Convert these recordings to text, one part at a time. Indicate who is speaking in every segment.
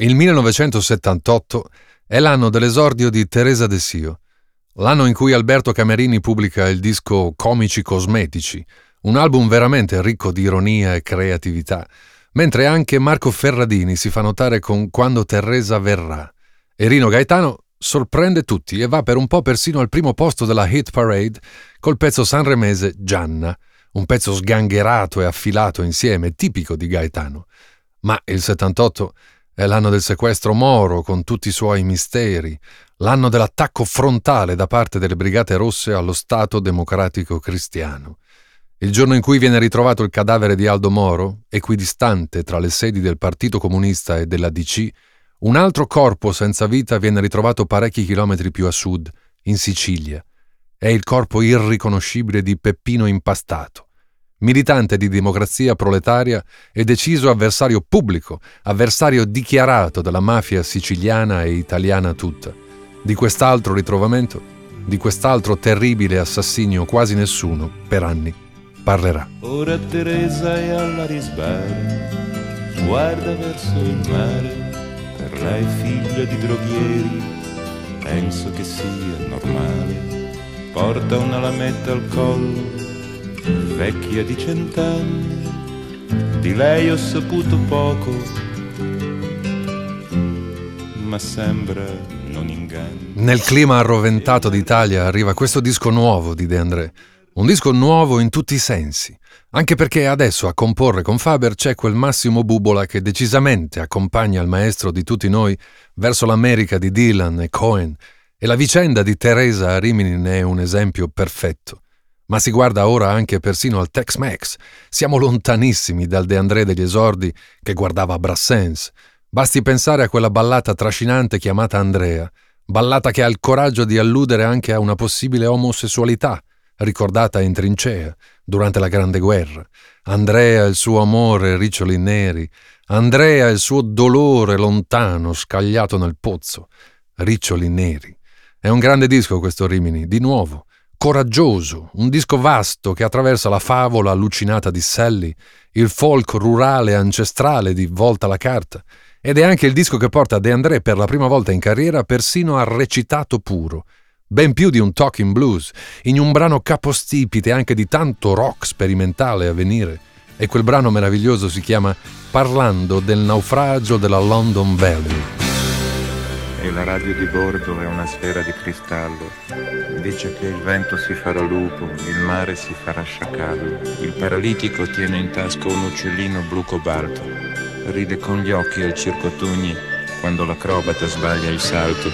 Speaker 1: Il 1978 è l'anno dell'esordio di Teresa De Sio, l'anno in cui Alberto Camerini pubblica il disco Comici Cosmetici, un album veramente ricco di ironia e creatività, mentre anche Marco Ferradini si fa notare con Quando Teresa verrà, e Rino Gaetano sorprende tutti e va per un po' persino al primo posto della hit parade col pezzo sanremese Gianna, un pezzo sgangherato e affilato insieme, tipico di Gaetano. Ma il 78 è l'anno del sequestro Moro con tutti i suoi misteri, l'anno dell'attacco frontale da parte delle Brigate Rosse allo Stato Democratico Cristiano. Il giorno in cui viene ritrovato il cadavere di Aldo Moro, equidistante tra le sedi del Partito Comunista e della DC, un altro corpo senza vita viene ritrovato parecchi chilometri più a sud, in Sicilia. È il corpo irriconoscibile di Peppino Impastato, militante di Democrazia Proletaria e deciso avversario pubblico, avversario dichiarato della mafia siciliana e italiana tutta. Di quest'altro ritrovamento, di quest'altro terribile assassinio quasi nessuno, per anni, parlerà.
Speaker 2: Ora Teresa è alla risbara, guarda verso il mare, per lei figlia di droghieri, penso che sia normale. Porta una lametta al collo, vecchia di 100 anni, di lei ho saputo poco, ma sembra non inganni.
Speaker 1: Nel clima arroventato d'Italia arriva questo disco nuovo di De André, un disco nuovo in tutti i sensi, anche perché adesso a comporre con Faber c'è quel Massimo Bubola che decisamente accompagna il maestro di tutti noi verso l'America di Dylan e Cohen, e la vicenda di Teresa a Rimini ne è un esempio perfetto. Ma si guarda ora anche persino al Tex-Mex. Siamo lontanissimi dal De André degli esordi che guardava Brassens. Basti pensare a quella ballata trascinante chiamata Andrea, ballata che ha il coraggio di alludere anche a una possibile omosessualità, ricordata in trincea durante la Grande Guerra. Andrea il suo amore, riccioli neri. Andrea il suo dolore lontano, scagliato nel pozzo. Riccioli neri. È un grande disco questo Rimini, di nuovo, coraggioso, un disco vasto che attraversa la favola allucinata di Sally, il folk rurale ancestrale di Volta la Carta, ed è anche il disco che porta De André per la prima volta in carriera persino al recitato puro, ben più di un talking blues, in un brano capostipite anche di tanto rock sperimentale a venire, e quel brano meraviglioso si chiama Parlando del naufragio della London Valley.
Speaker 3: E la radio di bordo è una sfera di cristallo. Dice che il vento si farà lupo, il mare si farà sciacallo. Il paralitico tiene in tasca un uccellino blu cobalto. Ride con gli occhi al circo Tugni quando l'acrobata sbaglia il salto.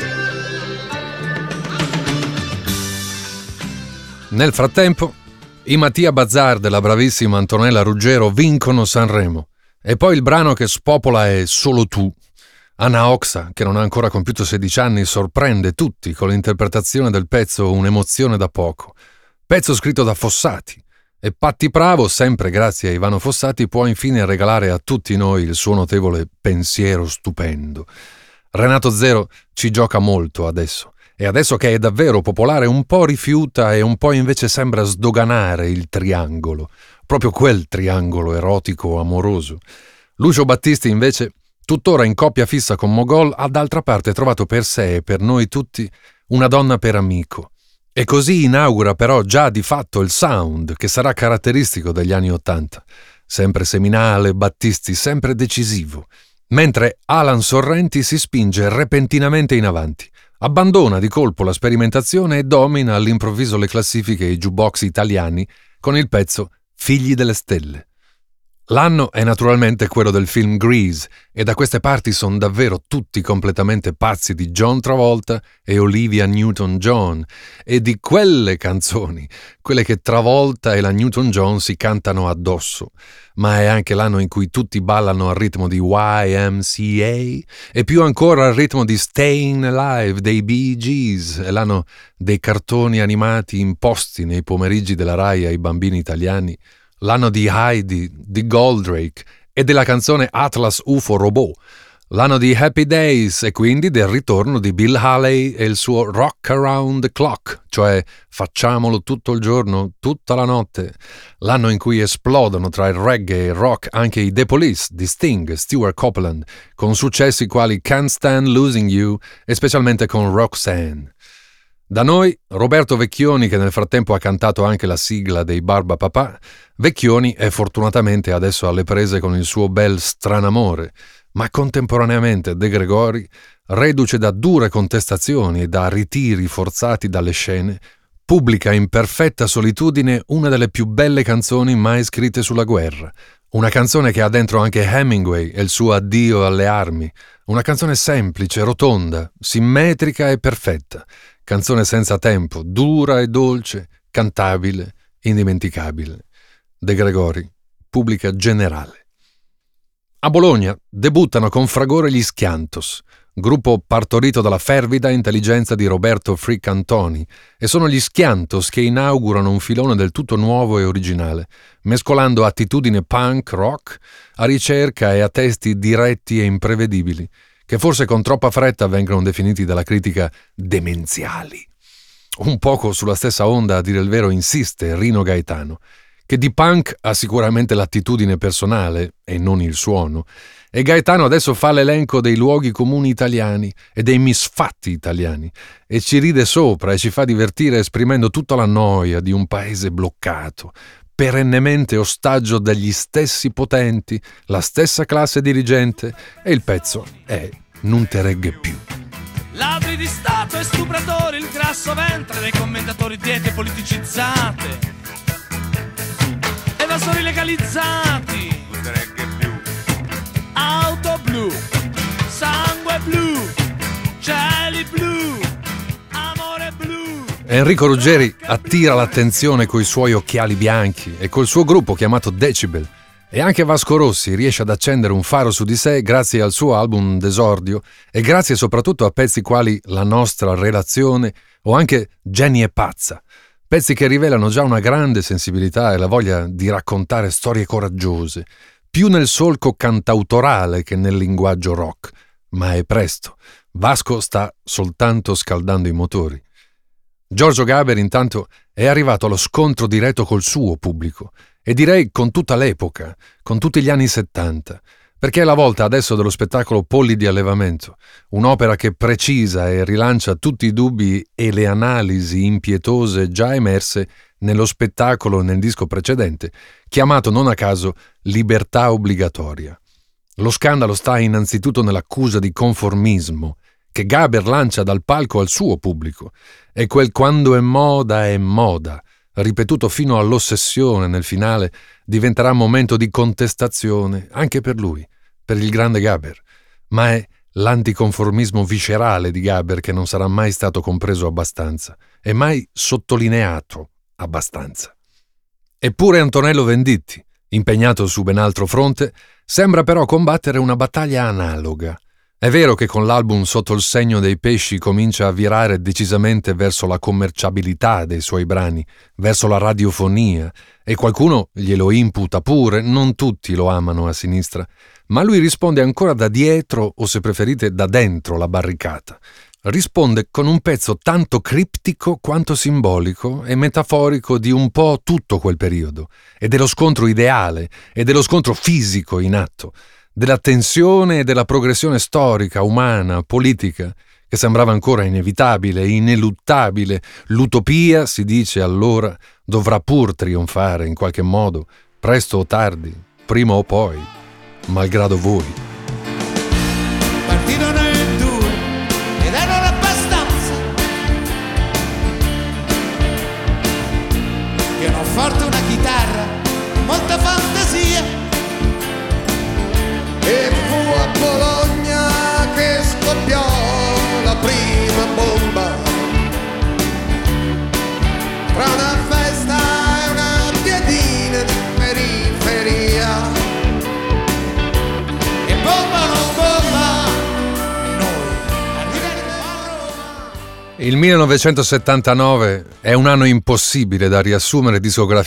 Speaker 1: Nel frattempo, i Mattia Bazzar della bravissima Antonella Ruggero vincono Sanremo. E poi il brano che spopola è Solo tu. Anna Oxa, che non ha ancora compiuto 16 anni, sorprende tutti con l'interpretazione del pezzo Un'emozione da poco. Pezzo scritto da Fossati. E Patti Pravo, sempre grazie a Ivano Fossati, può infine regalare a tutti noi il suo notevole pensiero stupendo. Renato Zero ci gioca molto adesso. E adesso che è davvero popolare un po' rifiuta e un po' invece sembra sdoganare il triangolo. Proprio quel triangolo erotico amoroso. Lucio Battisti invece, tuttora in coppia fissa con Mogol, ha d'altra parte trovato per sé e per noi tutti una donna per amico. E così inaugura però già di fatto il sound che sarà caratteristico degli anni '80. Sempre seminale, Battisti sempre decisivo. Mentre Alan Sorrenti si spinge repentinamente in avanti. Abbandona di colpo la sperimentazione e domina all'improvviso le classifiche e i jukebox italiani con il pezzo Figli delle Stelle. L'anno è naturalmente quello del film Grease e da queste parti sono davvero tutti completamente pazzi di John Travolta e Olivia Newton-John e di quelle canzoni, quelle che Travolta e la Newton-John si cantano addosso. Ma è anche l'anno in cui tutti ballano al ritmo di YMCA e più ancora al ritmo di Staying Alive dei Bee Gees. È l'anno dei cartoni animati imposti nei pomeriggi della Rai ai bambini italiani. L'anno di Heidi, di Goldrake e della canzone Atlas UFO Robot. l'anno di Happy Days e quindi del ritorno di Bill Haley e il suo Rock Around the Clock, cioè facciamolo tutto il giorno, tutta la notte, l'anno in cui esplodono tra il reggae e il rock anche i The Police di Sting, Stewart Copeland, con successi quali Can't Stand Losing You e specialmente con Roxanne. Da noi, Roberto Vecchioni, che nel frattempo ha cantato anche la sigla dei Barbapapà. Vecchioni è fortunatamente adesso alle prese con il suo bel Stranamore, ma contemporaneamente De Gregori, reduce da dure contestazioni e da ritiri forzati dalle scene, pubblica in perfetta solitudine una delle più belle canzoni mai scritte sulla guerra, una canzone che ha dentro anche Hemingway e il suo Addio alle armi, una canzone semplice, rotonda, simmetrica e perfetta, canzone senza tempo, dura e dolce, cantabile, indimenticabile. De Gregori, pubblica Generale. A Bologna debuttano con fragore gli Schiantos, gruppo partorito dalla fervida intelligenza di Roberto Frick Antoni, e sono gli Schiantos che inaugurano un filone del tutto nuovo e originale, mescolando attitudine punk rock a ricerca e a testi diretti e imprevedibili, che forse con troppa fretta vengono definiti dalla critica demenziali. Un poco sulla stessa onda, a dire il vero, insiste Rino Gaetano, che di punk ha sicuramente l'attitudine personale e non il suono, e Gaetano adesso fa l'elenco dei luoghi comuni italiani e dei misfatti italiani e ci ride sopra e ci fa divertire esprimendo tutta la noia di un paese bloccato, perennemente ostaggio degli stessi potenti, la stessa classe dirigente, e il pezzo è Non te regge più.
Speaker 4: Ladri di Stato e stupratori, il grasso ventre dei commentatori, diete politicizzate, evasori legalizzati,
Speaker 3: Non te regge più.
Speaker 4: auto blu, sangue blu, cieli blu, amore blu.
Speaker 1: Enrico Ruggeri attira l'attenzione coi suoi occhiali bianchi e col suo gruppo chiamato Decibel, e anche Vasco Rossi riesce ad accendere un faro su di sé grazie al suo album d'esordio e grazie soprattutto a pezzi quali La nostra relazione o anche Jenny è pazza, pezzi che rivelano già una grande sensibilità e la voglia di raccontare storie coraggiose, più nel solco cantautorale che nel linguaggio rock. Ma è presto, Vasco sta soltanto scaldando i motori. Giorgio Gaber intanto è arrivato allo scontro diretto col suo pubblico, e direi con tutta l'epoca, con tutti gli anni 70, perché è la volta adesso dello spettacolo Polli di allevamento, un'opera che precisa e rilancia tutti i dubbi e le analisi impietose già emerse nello spettacolo nel disco precedente, chiamato non a caso Libertà obbligatoria. Lo scandalo sta innanzitutto nell'accusa di conformismo che Gaber lancia dal palco al suo pubblico, e quel quando è moda, ripetuto fino all'ossessione nel finale, diventerà momento di contestazione anche per lui, per il grande Gaber, ma è l'anticonformismo viscerale di Gaber che non sarà mai stato compreso abbastanza e mai sottolineato abbastanza. Eppure Antonello Venditti, impegnato su ben altro fronte, sembra però combattere una battaglia analoga. È vero che con l'album Sotto il segno dei pesci comincia a virare decisamente verso la commerciabilità dei suoi brani, verso la radiofonia, e qualcuno glielo imputa pure, non tutti lo amano a sinistra, ma lui risponde ancora da dietro, o se preferite da dentro la barricata. Risponde con un pezzo tanto criptico quanto simbolico e metaforico di un po' tutto quel periodo, e dello scontro ideale e dello scontro fisico in atto, della tensione e della progressione storica, umana, politica, che sembrava ancora inevitabile, ineluttabile. L'utopia, si dice allora, dovrà pur trionfare in qualche modo, presto o tardi, prima o poi, malgrado voi.
Speaker 4: Partirono in due ed erano abbastanza, pianoforte, una chitarra, molta fantasia.
Speaker 5: E fu a Bologna che scoppiò la prima bomba, tra una festa e una piadina di periferia.
Speaker 4: E bomba non bomba, noi arriveremo a Roma.
Speaker 1: Il 1979 è un anno impossibile da riassumere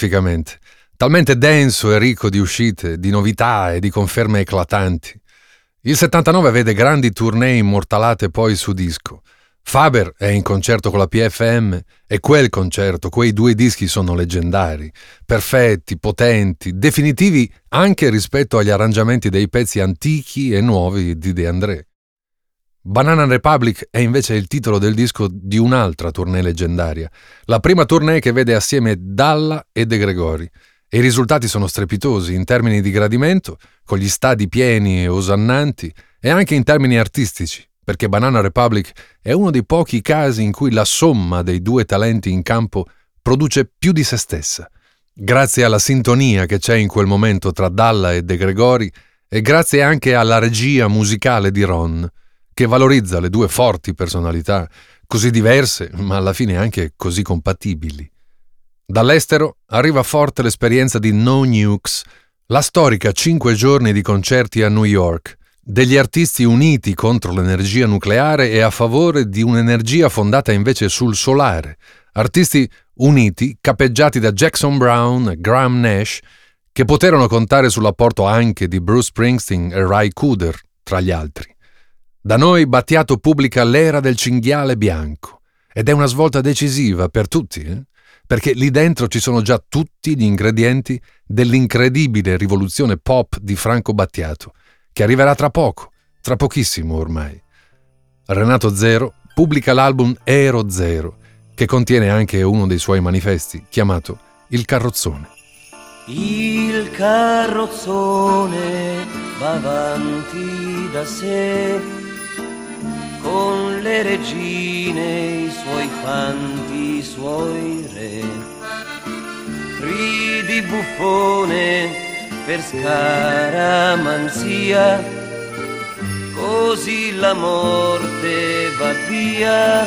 Speaker 1: discograficamente, talmente denso e ricco di uscite, di novità e di conferme eclatanti. Il 79 vede grandi tournée immortalate poi su disco. Faber è in concerto con la PFM e quel concerto, quei 2 dischi sono leggendari, perfetti, potenti, definitivi anche rispetto agli arrangiamenti dei pezzi antichi e nuovi di De André. Banana Republic è invece il titolo del disco di un'altra tournée leggendaria, la prima tournée che vede assieme Dalla e De Gregori, e i risultati sono strepitosi in termini di gradimento, con gli stadi pieni e osannanti, e anche in termini artistici, perché Banana Republic è uno dei pochi casi in cui la somma dei 2 talenti in campo produce più di se stessa, grazie alla sintonia che c'è in quel momento tra Dalla e De Gregori e grazie anche alla regia musicale di Ron, che valorizza le 2 forti personalità, così diverse ma alla fine anche così compatibili. Dall'estero arriva forte l'esperienza di No Nukes, la storica 5 giorni di concerti a New York, degli artisti uniti contro l'energia nucleare e a favore di un'energia fondata invece sul solare, artisti uniti capeggiati da Jackson Browne e Graham Nash, che poterono contare sull'apporto anche di Bruce Springsteen e Ry Cooder, tra gli altri. Da noi Battiato pubblica L'era del cinghiale bianco, ed è una svolta decisiva per tutti, perché lì dentro ci sono già tutti gli ingredienti dell'incredibile rivoluzione pop di Franco Battiato, che arriverà tra poco, tra pochissimo ormai. Renato Zero pubblica l'album Ero Zero, che contiene anche uno dei suoi manifesti, chiamato Il carrozzone.
Speaker 6: Il carrozzone va avanti da sé, con le regine, i suoi fanti, i suoi re. Ridi buffone per scaramanzia, così la morte va via.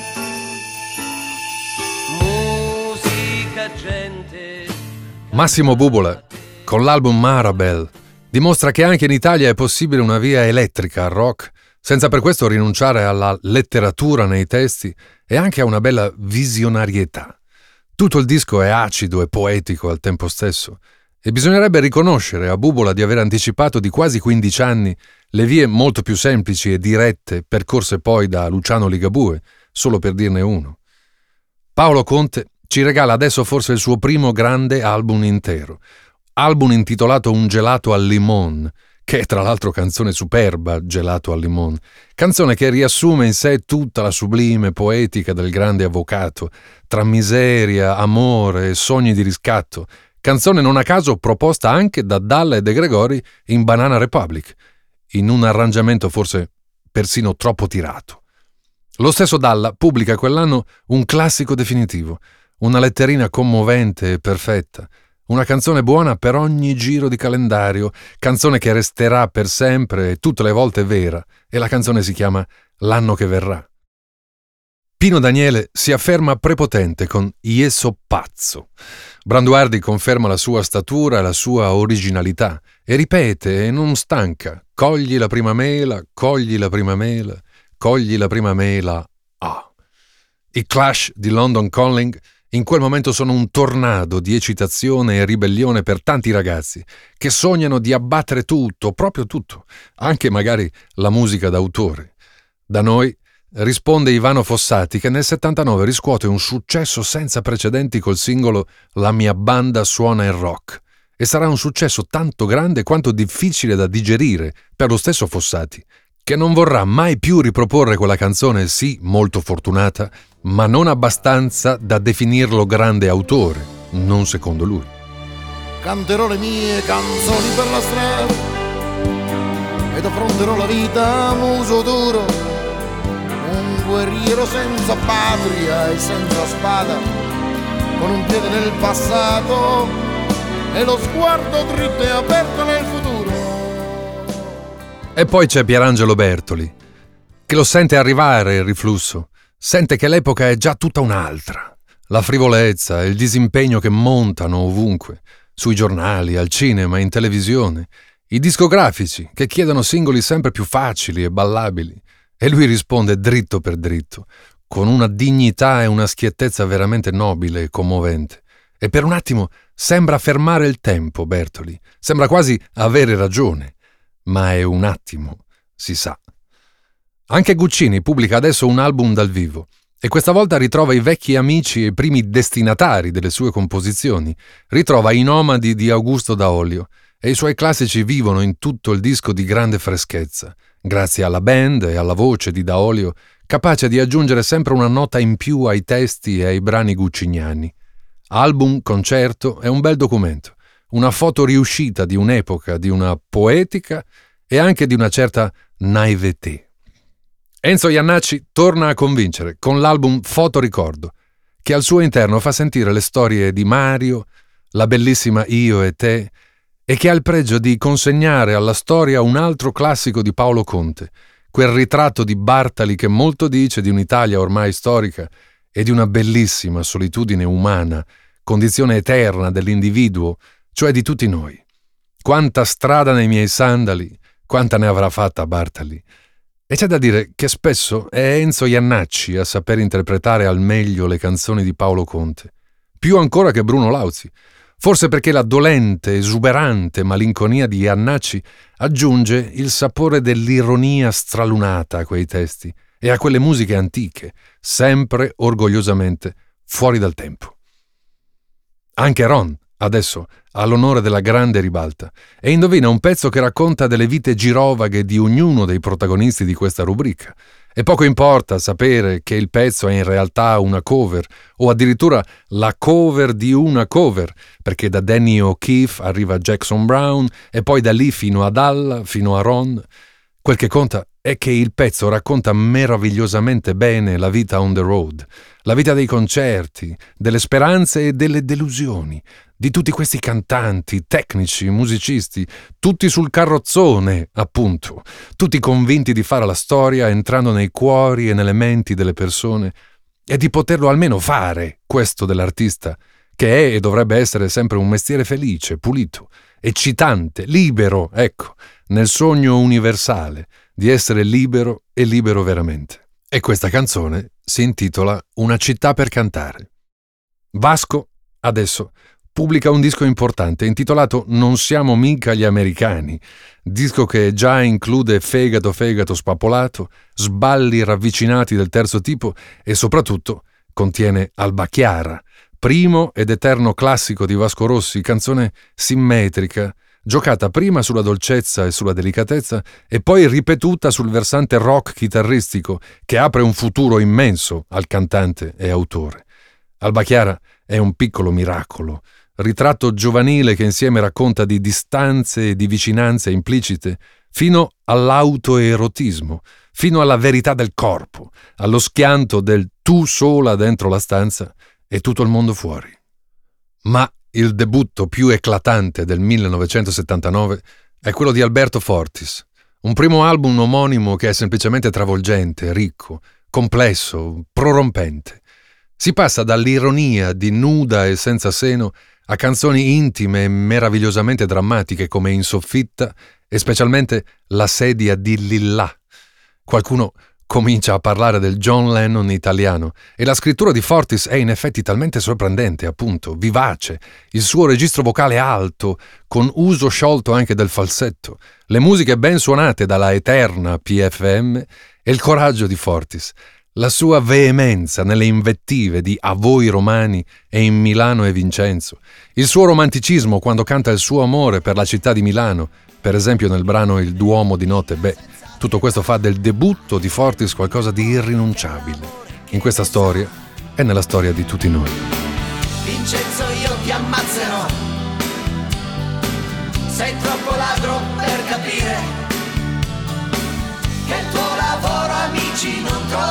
Speaker 6: Musica, gente.
Speaker 1: Massimo Bubola, con l'album Marabel, dimostra che anche in Italia è possibile una via elettrica al rock, senza per questo rinunciare alla letteratura nei testi e anche a una bella visionarietà. Tutto il disco è acido e poetico al tempo stesso, e bisognerebbe riconoscere a Bubola di aver anticipato di quasi 15 anni le vie molto più semplici e dirette percorse poi da Luciano Ligabue, solo per dirne uno. Paolo Conte ci regala adesso forse il suo primo grande album intero, album intitolato Un gelato al limon, che è tra l'altro canzone superba, Gelato al limon, canzone che riassume in sé tutta la sublime poetica del grande avvocato, tra miseria, amore e sogni di riscatto, canzone non a caso proposta anche da Dalla e De Gregori in Banana Republic, in un arrangiamento forse persino troppo tirato. Lo stesso Dalla pubblica quell'anno un classico definitivo, una letterina commovente e perfetta, una canzone buona per ogni giro di calendario, canzone che resterà per sempre e tutte le volte vera, e la canzone si chiama L'anno che verrà. Pino Daniele si afferma prepotente con Io so pazzo. Branduardi conferma la sua statura e la sua originalità e ripete e non stanca: cogli la prima mela, cogli la prima mela, cogli la prima mela. Ah. I Clash di London Calling in quel momento sono un tornado di eccitazione e ribellione per tanti ragazzi che sognano di abbattere tutto, proprio tutto, anche magari la musica d'autore. Da noi risponde Ivano Fossati, che nel 79 riscuote un successo senza precedenti col singolo La mia banda suona il rock, e sarà un successo tanto grande quanto difficile da digerire per lo stesso Fossati, che non vorrà mai più riproporre quella canzone, sì, molto fortunata, ma non abbastanza da definirlo grande autore, non secondo lui.
Speaker 5: Canterò le mie canzoni per la strada ed affronterò la vita a muso duro, un guerriero senza patria e senza spada, con un piede nel passato e lo sguardo dritto e aperto nel futuro.
Speaker 1: E poi c'è Pierangelo Bertoli, che lo sente arrivare il riflusso, sente che l'epoca è già tutta un'altra. La frivolezza e il disimpegno che montano ovunque, sui giornali, al cinema, in televisione, i discografici che chiedono singoli sempre più facili e ballabili, e lui risponde dritto per dritto, con una dignità e una schiettezza veramente nobile e commovente. E per un attimo sembra fermare il tempo, Bertoli, sembra quasi avere ragione, ma è un attimo. si sa. Anche Guccini pubblica adesso un album dal vivo e questa volta ritrova i vecchi amici e i primi destinatari delle sue composizioni, ritrova i nomadi di Augusto Daolio e i suoi classici vivono in tutto il disco di grande freschezza, grazie alla band e alla voce di Daolio, capace di aggiungere sempre una nota in più ai testi e ai brani gucciniani. Album concerto è un bel documento, una foto riuscita di un'epoca, di una poetica e anche di una certa naivete. Enzo Jannacci torna a convincere con l'album Fotoricordo, che al suo interno fa sentire le storie di Mario, la bellissima Io e te, e che ha il pregio di consegnare alla storia un altro classico di Paolo Conte, quel ritratto di Bartali che molto dice di un'Italia ormai storica e di una bellissima solitudine umana, condizione eterna dell'individuo, cioè di tutti noi. Quanta strada nei miei sandali, quanta ne avrà fatta Bartali. E c'è da dire che spesso è Enzo Jannacci a saper interpretare al meglio le canzoni di Paolo Conte, più ancora che Bruno Lauzi, forse perché la dolente, esuberante malinconia di Jannacci aggiunge il sapore dell'ironia stralunata a quei testi e a quelle musiche antiche, sempre orgogliosamente fuori dal tempo. Anche Ron, adesso, ha l'onore della grande ribalta e indovina un pezzo che racconta delle vite girovaghe di ognuno dei protagonisti di questa rubrica. E poco importa sapere che il pezzo è in realtà una cover o addirittura la cover di una cover, perché da Danny O'Keefe arriva Jackson Browne e poi da lì fino ad Alla, fino a Ron. Quel che conta è che il pezzo racconta meravigliosamente bene la vita on the road, la vita dei concerti, delle speranze e delle delusioni, di tutti questi cantanti, tecnici, musicisti, tutti sul carrozzone, appunto, tutti convinti di fare la storia entrando nei cuori e nelle menti delle persone e di poterlo almeno fare, questo dell'artista, che è e dovrebbe essere sempre un mestiere felice, pulito, eccitante, libero, ecco, nel sogno universale di essere libero e libero veramente. E questa canzone si intitola Una città per cantare. Vasco, adesso, pubblica un disco importante intitolato Non siamo mica gli americani, disco che già include fegato spapolato, sballi ravvicinati del terzo tipo e soprattutto contiene Alba Chiara, primo ed eterno classico di Vasco Rossi, canzone simmetrica, giocata prima sulla dolcezza e sulla delicatezza e poi ripetuta sul versante rock chitarristico che apre un futuro immenso al cantante e autore. Alba Chiara è un piccolo miracolo, ritratto giovanile che insieme racconta di distanze e di vicinanze implicite fino all'autoerotismo, fino alla verità del corpo, allo schianto del tu sola dentro la stanza e tutto il mondo fuori. Ma il debutto più eclatante del 1979 è quello di Alberto Fortis, un primo album omonimo che è semplicemente travolgente, ricco, complesso, prorompente. Si passa dall'ironia di Nuda e senza seno a canzoni intime e meravigliosamente drammatiche come In soffitta e specialmente La sedia di Lillà. Qualcuno comincia a parlare del John Lennon italiano e la scrittura di Fortis è in effetti talmente sorprendente, appunto, vivace, il suo registro vocale alto, con uso sciolto anche del falsetto, le musiche ben suonate dalla eterna PFM e il coraggio di Fortis, la sua veemenza nelle invettive di A voi romani e In Milano e Vincenzo, il suo romanticismo quando canta il suo amore per la città di Milano, per esempio nel brano Il Duomo di notte. Tutto questo fa del debutto di Fortis qualcosa di irrinunciabile in questa storia e nella storia di tutti noi.
Speaker 7: Vincenzo, io ti ammazzerò, sei troppo ladro per capire che il tuo lavoro amici non trova.